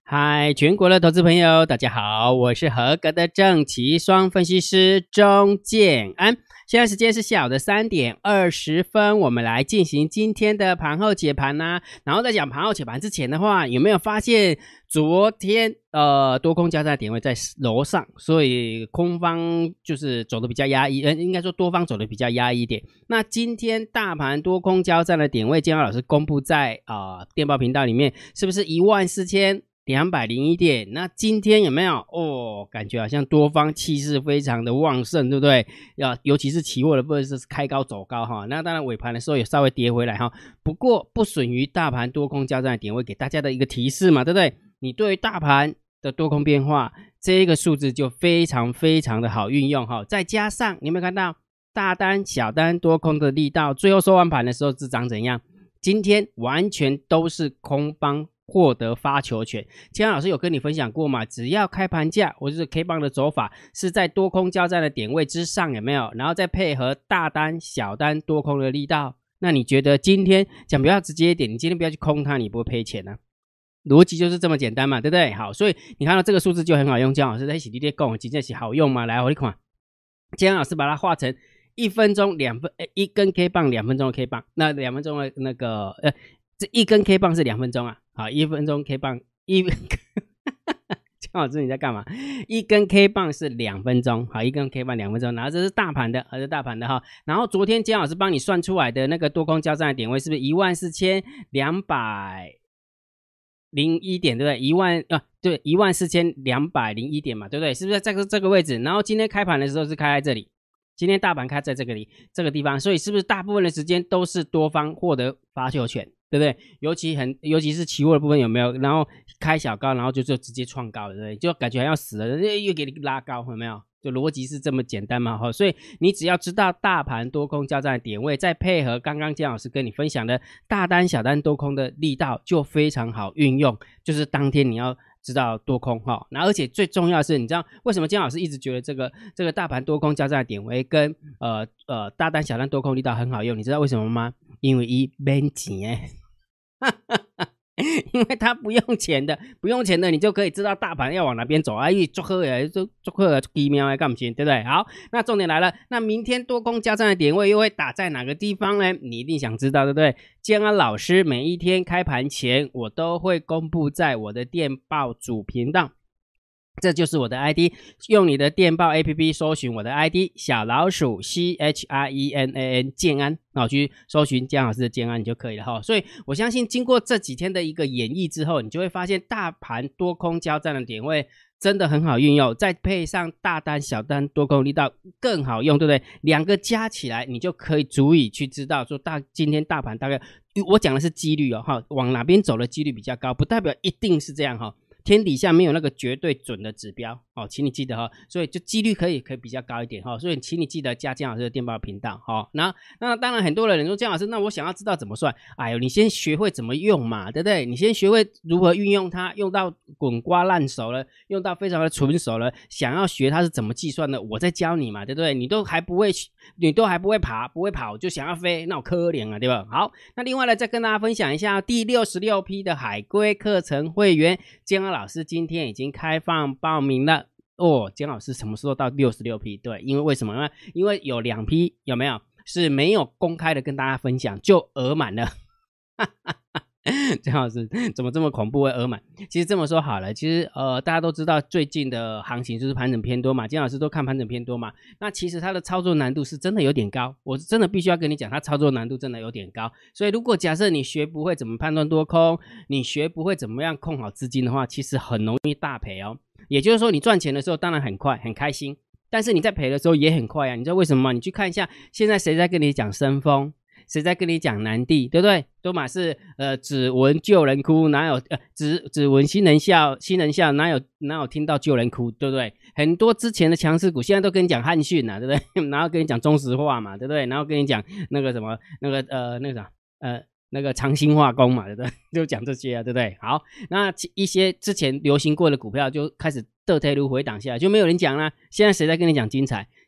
嗨，全国的投资朋友，大家好，我是合格的正奇双分析师钟建安。现在时间是下午的3:20，我们来进行今天的盘后解盘啦。然后在讲盘后解盘之前的话，有没有发现昨天多空交战的点位在楼上，所以空方就是走的比较压抑，应该说多方走的比较压抑一点。那今天大盘多空交战的点位，建安老师公布在电报频道里面，是不是14201点？那今天有没有感觉好像多方气势非常的旺盛，对不对？尤其是期货的部分是开高走高哈，那当然尾盘的时候也稍微跌回来哈，不过不损于大盘多空交战的点位给大家的一个提示嘛，对不对？你对于大盘的多空变化这个数字就非常非常的好运用哈，再加上你有没有看到大单小单多空的力道，最后收完盘的时候是长怎样？今天完全都是空方获得发球权。建安老师有跟你分享过嘛，只要开盘价或者是 K 棒的走法是在多空交战的点位之上，有没有？然后再配合大单小单多空的力道，那你觉得今天讲比较直接一点，你今天不要去空它，你不会赔钱啊？逻辑就是这么简单嘛，对不对？好，所以你看到这个数字就很好用。建安老师在洗地列供真的是好用嘛？来，我你看，建安老师把它画成1分钟一根 K 棒2分钟的 K 棒，那2分钟的那个这一根 K 棒是2分钟啊。好，1分钟 K 棒江老师你在干嘛？一根 K 棒是2分钟，好，一根 K 棒2分钟，然后这是大盘的，这是大盘的哈。然后昨天江老师帮你算出来的那个多空交战的点位是不是14201点，对不对？14201点嘛，对不对？是不是在这个位置？然后今天开盘的时候是开在这里，今天大盘开在这个地方，所以是不是大部分的时间都是多方获得发球权？对不对？尤其是期货的部分有没有？然后开小高，然后就直接创高了，对不对？就感觉好像死了，又给你拉高，有没有？就逻辑是这么简单嘛，所以你只要知道大盘多空交战的点位，再配合刚刚姜老师跟你分享的大单小单多空的力道，就非常好运用。就是当天你要知道多空哈，那而且最重要的是，你知道为什么姜老师一直觉得这个大盘多空交战的点位跟大单小单多空力道很好用？你知道为什么吗？因为没钱因为它不用钱的，你就可以知道大盘要往哪边走啊！做好呀，做奇妙来干不行，对不对？好，那重点来了，那明天多空交战的点位又会打在哪个地方呢？你一定想知道，对不对？建安老师每一天开盘前，我都会公布在我的电报主频道。这就是我的 ID， 用你的电报 APP 搜寻我的 ID 小老鼠 CHRENAN 建安，那我去搜寻建安老师的建安你就可以了哈。所以我相信经过这几天的一个演绎之后，你就会发现大盘多空交战的点位真的很好运用，再配上大单小单多空力道更好用，对不对？两个加起来，你就可以足以去知道说今天大盘大概，我讲的是几率哦，往哪边走的几率比较高，不代表一定是这样哈。天底下没有那个绝对准的指标哦，请你记得哈，所以就几率可以比较高一点哈，所以请你记得加姜老师的电报频道哈。那当然很多人说姜老师，那我想要知道怎么算，哎呦，你先学会怎么用嘛，对不对？你先学会如何运用它，用到滚瓜烂熟了，用到非常的纯熟了，想要学它是怎么计算的，我再教你嘛，对不对？你都还不会爬，不会跑就想要飞，那我可怜啊，对吧？好，那另外呢，再跟大家分享一下第66批的海龟课程会员，姜老师今天已经开放报名了哦。姜老师什么时候到66批？对，因为为什么？因为有2批有没有是没有公开的跟大家分享就额满了。姜老师怎么这么恐怖会额满？其实这么说好了，其实大家都知道最近的行情就是盘整偏多嘛，姜老师都看盘整偏多嘛，那其实它的操作难度是真的有点高，我真的必须要跟你讲，它操作难度真的有点高。所以如果假设你学不会怎么判断多空，你学不会怎么样控好资金的话，其实很容易大赔哦。也就是说你赚钱的时候当然很快很开心，但是你在赔的时候也很快啊。你知道为什么吗？你去看一下现在谁在跟你讲升风，谁在跟你讲南地，对不对？都嘛是只闻救人哭，哪有只闻新人笑，哪有听到救人哭，对不对？很多之前的强势股现在都跟你讲汉讯啊，对不对？然后跟你讲中石化嘛，对不对？然后跟你讲那个什么那个长兴化工嘛，对不对？就讲这些啊，对不对？好，那一些之前流行过的股票就开始倒退路回档下来，就没有人讲啦。现在谁在跟你讲精彩？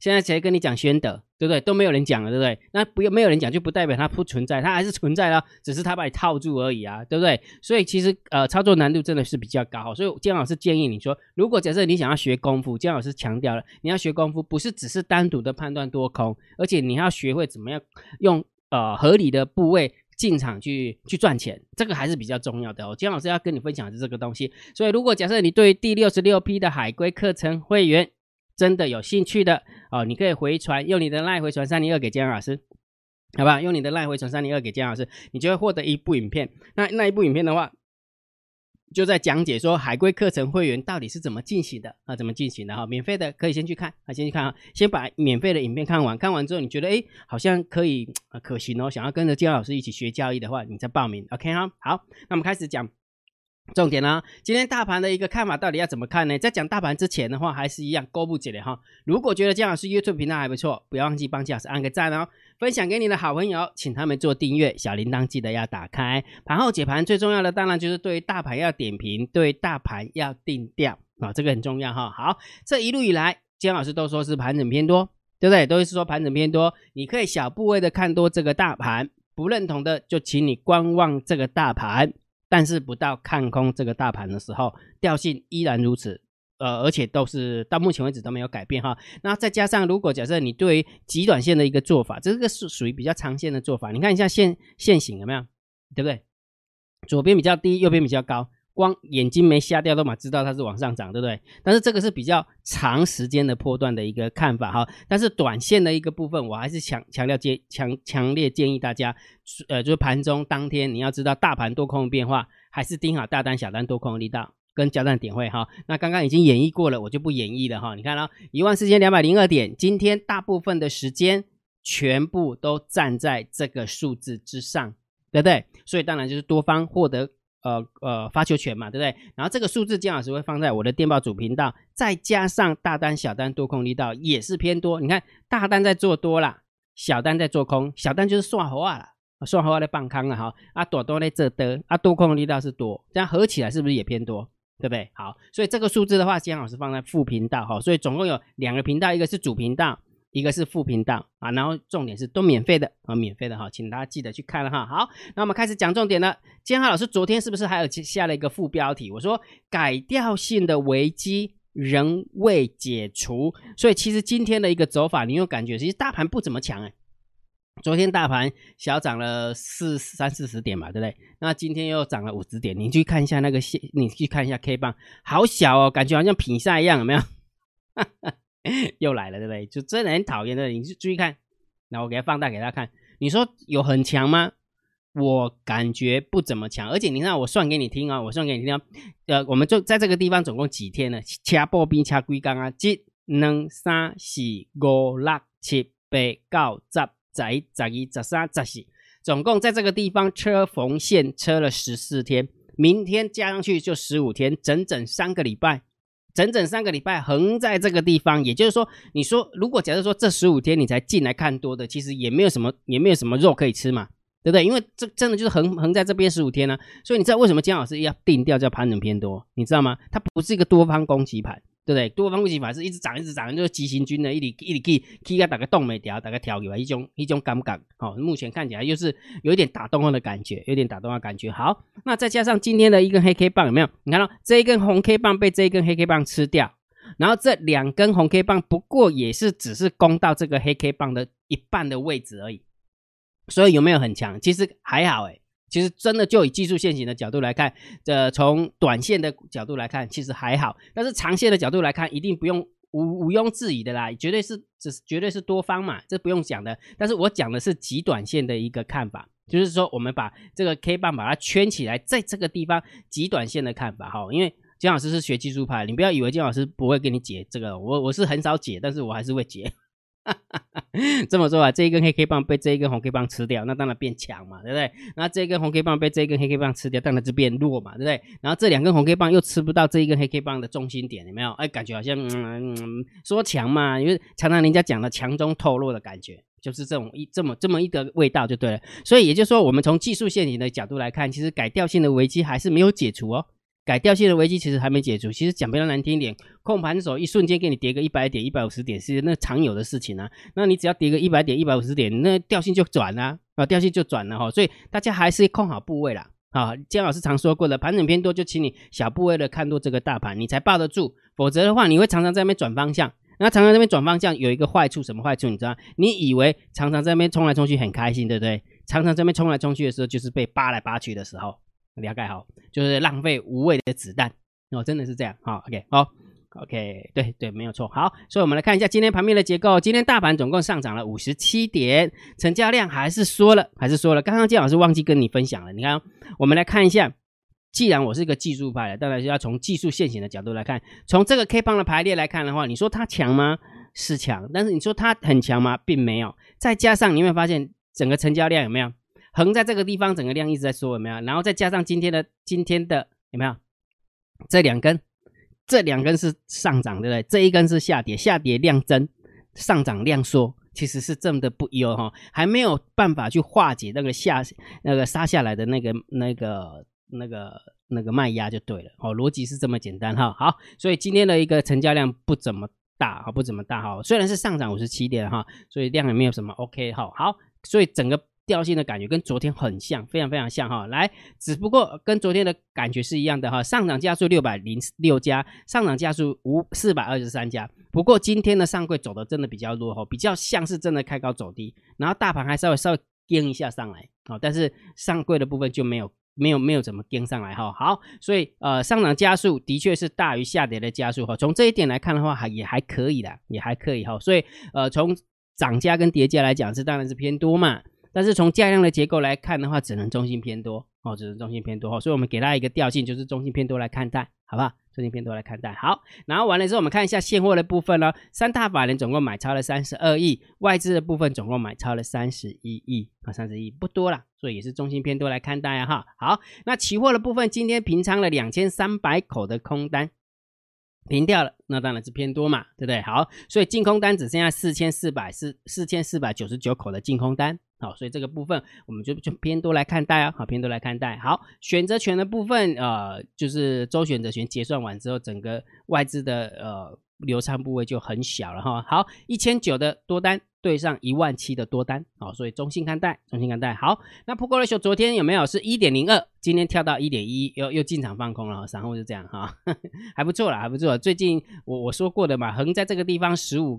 现在谁跟你讲宣德，对不对？都没有人讲了，对不对？那没有人讲就不代表它不存在，它还是存在了，只是它把你套住而已啊，对不对？所以其实操作难度真的是比较高，所以姜老师建议你说，如果假设你想要学功夫，姜老师强调了，你要学功夫不是只是单独的判断多空，而且你要学会怎么样用合理的部位进场去赚钱，这个还是比较重要的哦。姜老师要跟你分享的是这个东西，所以如果假设你对第66批的海龟课程会员真的有兴趣的哦，你可以回传，用你的 LINE 回传302给姜老师，好吧？用你的 LINE 回传302给姜老师，你就会获得一部影片。那一部影片的话，就在讲解说海龟课程会员到底是怎么进行的啊？怎么进行的哈？免费的可以先去看啊，先去看啊，先把免费的影片看完，看完之后你觉得好像可以可行哦，想要跟着姜老师一起学交易的话，你再报名 ，OK 哈？好，那我们开始讲重点啦，今天大盘的一个看法到底要怎么看呢？在讲大盘之前的话，还是一样勾不起来哈。如果觉得姜老师 YouTube 频道还不错，不要忘记帮姜老师按个赞哦，分享给你的好朋友，请他们做订阅，小铃铛记得要打开。盘后解盘最重要的当然就是对于大盘要点评，对大盘要定调啊，这个很重要哈。好，这一路以来，姜老师都说是盘整偏多，对不对？都是说盘整偏多，你可以小部位的看多这个大盘，不认同的就请你观望这个大盘。但是不到看空这个大盘的时候，调性依然如此，而且都是到目前为止都没有改变哈。那再加上，如果假设你对于极短线的一个做法，这个是属于比较长线的做法，你看一下线型有没有，对不对？左边比较低，右边比较高，光眼睛没瞎掉都嘛知道它是往上涨，对不对？但是这个是比较长时间的波段的一个看法哈。但是短线的一个部分，我还是强烈建议大家，就是盘中当天你要知道大盘多空的变化，还是盯好大单、小单多空的力道跟交战点位哈。那刚刚已经演绎过了，我就不演绎了哈。你看了14202点，今天大部分的时间全部都站在这个数字之上，对不对？所以当然就是多方获得发球权嘛，对不对？然后这个数字姜老师会放在我的电报主频道，再加上大单小单多空力道也是偏多。你看大单在做多啦，小单在做空，小单就是算猴啊啦，算猴啊在放空了哈，啊多在这的啊多空力道是多，这样合起来是不是也偏多？对不对？好，所以这个数字的话，姜老师放在副频道哈，所以总共有2个频道，一个是主频道，一个是副频道啊，然后重点是都免费的啊，免费的哈，请大家记得去看了哈。好，那我们开始讲重点了。建浩老师昨天是不是还有下了一个副标题？我说改调性的危机仍未解除，所以其实今天的一个走法，你有感觉，其实大盘不怎么强哎。昨天大盘小涨了30-40点嘛，对不对？那今天又涨了50点，你去看一下那个线，你去看一下 K 棒，好小哦，感觉好像比赛一样，有没有？又来了，对不对？就真的很讨厌的，你注意看，那我给它放大给大家看。你说有很强吗？我感觉不怎么强，而且你看我算给你听啊，我算给你听啊。我们就在这个地方总共几天了？掐破冰掐几天啊？1、2、3、4、5、6、7、8、9、10、11、12、13、14，总共在这个地方车缝线车了14天，明天加上去就15天，整整3个礼拜。整整3个礼拜横在这个地方，也就是说，你说如果假设说这15天你才进来看多的，其实也没有什么肉可以吃嘛，对不对？因为这真的就是横在这边15天呢、所以你知道为什么姜老师要定调叫盘整偏多，你知道吗？它不是一个多方攻击盘，对不对？多方攻击盘是一直涨一直涨，就是急行军的一直起个大概动没调，大概调起来一种感觉。好，目前看起来就是有一点打动后的感觉，有点打动的感觉。好，那再加上今天的一根黑 K 棒，有没有？你看到这一根红 K 棒被这一根黑 K 棒吃掉，然后这2根红 K 棒不过也是只是攻到这个黑 K 棒的一半的位置而已。所以有没有很强？其实还好诶，其实真的就以技术线型的角度来看，从短线的角度来看，其实还好。但是长线的角度来看，一定不用毋庸置疑的啦，绝对是多方嘛，这不用讲的。但是我讲的是极短线的一个看法，就是说我们把这个 K 棒把它圈起来，在这个地方极短线的看法哈。因为姜老师是学技术派，你不要以为姜老师不会跟你解这个，我是很少解，但是我还是会解。这么说啊，这一根黑 K 棒被这一根红 K 棒吃掉，那当然变强嘛，对不对？然后这一根红 K 棒被这一根黑 K 棒吃掉，当然就变弱嘛，对不对？然后这2根红 K 棒又吃不到这一根黑 K 棒的中心点，有没有？哎，感觉好像说强嘛，因为常常人家讲的强中透弱的感觉，就是这么一个味道就对了。所以也就是说，我们从技术线型的角度来看，其实改调性的危机还是没有解除哦。 改调性的危机其实还没解除，其实讲比较难听一点，控盘手一瞬间给你跌个100点、150点是那常有的事情啊。那你只要跌个100点、150点，那调性就转啦，调性就转了哈。所以大家还是控好部位啦。姜老师常说过的，盘整偏多就请你小部位的看多这个大盘，你才抱得住，否则的话你会常常在那边转方向。那常常在那边转方向有一个坏处，什么坏处你知道？你以为常常在那边冲来冲去很开心，对不对？常常在那边冲来冲去的时候，就是被扒来扒去的时候。了解好，就是浪费无谓的子弹真的是这样。好 ，OK， 好 ，OK， 对，没有错。好，所以我们来看一下今天盘面的结构。今天大盘总共上涨了57点，成交量还是缩了。刚刚姜老师忘记跟你分享了，你看，我们来看一下。既然我是一个技术派的，当然是要从技术线型的角度来看。从这个 K 棒的排列来看的话，你说它强吗？是强，但是你说它很强吗？并没有。再加上你有没有发现整个成交量有没有？横在这个地方，整个量一直在缩，有没有？然后再加上今天的有没有？这两根是上涨，对不对？这一根是下跌量增，上涨量缩，其实是这么的不优哈，还没有办法去化解那个杀下来的那个卖压就对了逻辑是这么简单哈。好，所以今天的一个成交量不怎么大哈，虽然是上涨57点哈，所以量也没有什么 OK 哈。好，所以整个调性的感觉跟昨天很像，非常非常像哈。来，只不过跟昨天的感觉是一样的哈，上涨家数606家，上涨家数423家。不过今天的上柜走的真的比较弱哈，比较像是真的开高走低，然后大盘还稍微跟一下上来但是上柜的部分就没有怎么跟上来哈。好，所以上涨家数的确是大于下跌的家数哈。从这一点来看的话，也还可以啦，也还可以哈。所以从涨价跟跌价来讲当然是偏多嘛。但是从价量的结构来看的话，只能中性偏多所以我们给大家一个调性，就是中性偏多来看待，好不好？中性偏多来看待。好，然后完了之后，我们看一下现货的部分呢，三大法人总共买超了32亿，外资的部分总共买超了31亿，31亿不多啦，所以也是中性偏多来看待哈。好，那期货的部分今天平仓了2300口的空单。平掉了，那当然是偏多嘛，对不对？好，所以净空单只剩下4499口的净空单。好，所以这个部分我们就偏多来看待好，偏多来看待。好，选择权的部分就是周选择权结算完之后，整个外资的流畅部位就很小了哈。好，1900的多单对上17000的多单，好，所以中性看待。好，那 Put Call Ratio 昨天有没有是 1.02， 今天跳到 1.1， 又进场放空了，散户是这样哈，还不错啦，还不错。最近我说过的嘛，横在这个地方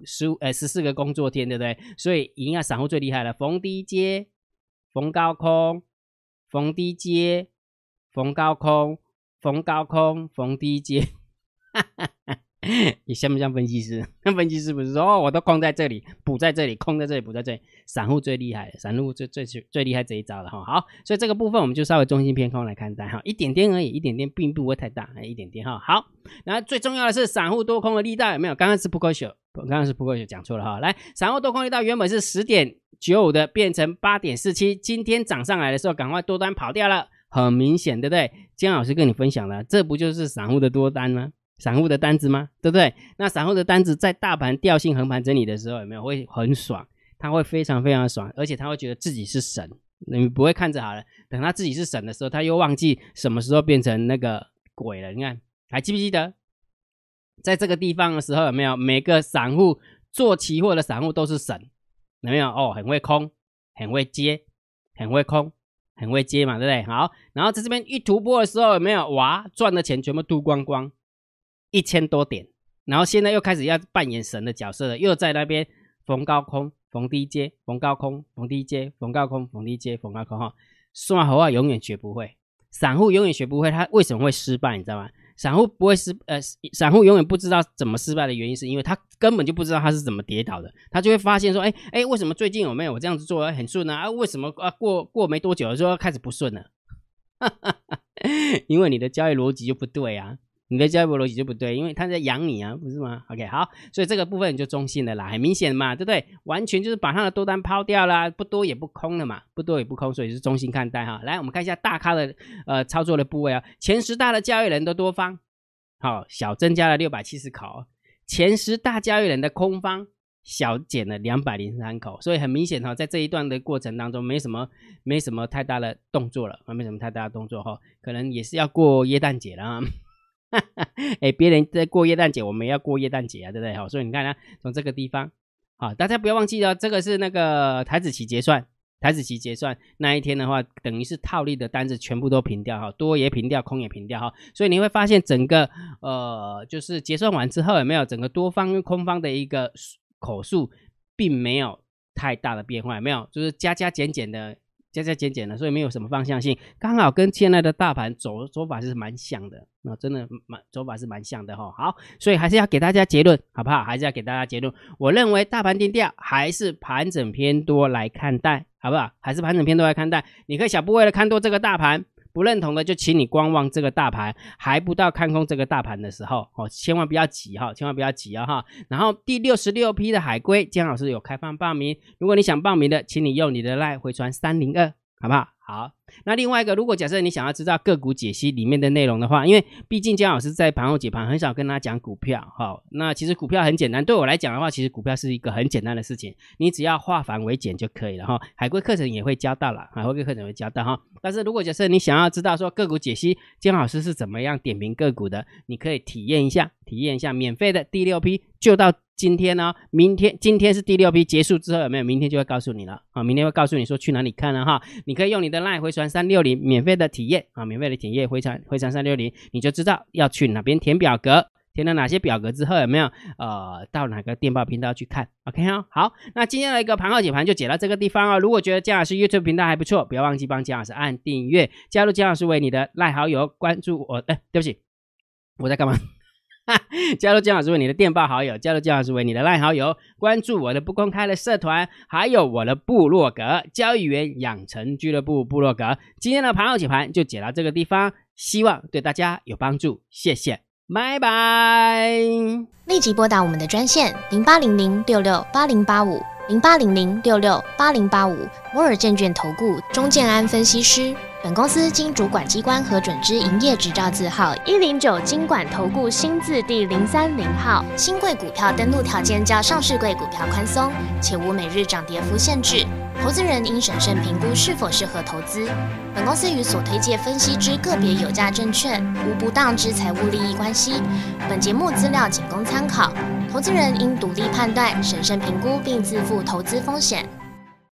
14个工作天，对不对？所以赢啊，散户最厉害了，逢低接，逢高空，逢低接，逢高空，逢高空，逢低接，哈哈哈。你像不像分析师？那分析师不是说我都空在这里，补在这里，空在这里，补在这里，散户最厉害，散户最厉害这一招了哈。好，所以这个部分我们就稍微中性偏空来看待哈，一点点而已，一点点并不会太大，一点点哈。好，然后最重要的是散户多空的力道有没有？刚刚是 Put Call Ratio 讲错了哈。来，散户多空力道原本是10.95的，变成8.47，今天涨上来的时候，赶快多单跑掉了，很明显，对不对？姜老师跟你分享了，这不就是散户的多单吗？散户的单子吗？对不对？那散户的单子在大盘调性横盘整理的时候，有没有会很爽？他会非常非常爽，而且他会觉得自己是神。你不会看着好了，等他自己是神的时候，他又忘记什么时候变成那个鬼了。你看，还记不记得在这个地方的时候，有没有每个散户做期货的散户都是神？有没有？很会空，很会接，很会空，很会接嘛，对不对？好，然后在这边一突破的时候，有没有？哇，赚的钱全部吐光光。1000多点，然后现在又开始要扮演神的角色了，又在那边逢高空、逢低接、逢高空、逢低接、逢高空、逢低接、逢高空哈。算好话永远学不会，散户永远学不会，他为什么会失败？你知道吗？散户永远不知道怎么失败的原因，是因为他根本就不知道他是怎么跌倒的，他就会发现说，为什么最近有没有我这样子做很顺啊？为什么过没多久的时候开始不顺了？因为你的交易逻辑就不对啊。你的交易逻辑就不对，因为他在养你啊，不是吗 ？OK， 好，所以这个部分你就中性的啦，很明显嘛，对不对？完全就是把他的多单抛掉啦，不多也不空了嘛，不多也不空，所以是中性看待哈。来，我们看一下大咖的操作的部位啊，前10大的交易人都多方，好，小增加了670口，前10大交易人的空方小减了203口，所以很明显在这一段的过程当中没什么太大的动作了，没什么太大的动作可能也是要过耶诞节了啊。别人在过耶诞节，我们也要过耶诞节啊，对不对？所以你看从这个地方大家不要忘记了，这个是那个台指期结算那一天的话，等于是套利的单子全部都平掉多也平掉，空也平掉所以你会发现整个就是结算完之后有没有整个多方跟空方的一个口数并没有太大的变化，有没有？就是加加减减的，所以没有什么方向性，刚好跟现在的大盘走法是蛮像的真的走法是蛮像的好，所以还是要给大家结论，好不好？还是要给大家结论，我认为大盘定调还是盘整偏多来看待，好不好？还是盘整偏多来看待，你可以小部位的看多这个大盘，不认同的就请你观望这个大盘，还不到看空这个大盘的时候千万不要急千万不要急然后第66批的海龟，姜老师有开放报名，如果你想报名的，请你用你的 LINE 回传302，好不好？好，那另外一个，如果假设你想要知道个股解析里面的内容的话，因为毕竟姜老师在盘后解盘很少跟大家讲股票那其实股票很简单，对我来讲的话，其实股票是一个很简单的事情，你只要化繁为简就可以了海龟课程也会教到了，海龟课程会教到但是如果假设你想要知道说个股解析姜老师是怎么样点评个股的，你可以体验一下免费的第6批，就到今天今天是第6批结束之后有没有？明天就会告诉你了明天会告诉你说去哪里看了你可以用你的 LINE 回传360免费的体验免费的体验回传360，你就知道要去哪边填表格，填了哪些表格之后有没有到哪个电报频道去看 OK 好，那今天的一个盘后解盘就解到这个地方如果觉得姜老师 YouTube 频道还不错，不要忘记帮姜老师按订阅，加入姜老师为你的LINE好友，关注我对不起我在干嘛加入姜老师为你的电报好友，加入姜老师为你的 LINE 好友，关注我的不公开的社团，还有我的部落格交易员养成俱乐部部落格。今天的盘后解盘就解到这个地方，希望对大家有帮助，谢谢，拜拜。 立即拨打我们的专线0800668085 0800668085摩尔证券投顾钟建安分析师。本公司经主管机关核准之营业执照字号109金管投顾新字第030号。新贵股票登录条件较上市贵股票宽松，且无每日涨跌幅限制。投资人应审慎评估是否适合投资。本公司与所推介分析之个别有价证券无不当之财务利益关系。本节目资料仅供参考，投资人应独立判断、审慎评估并自负投资风险。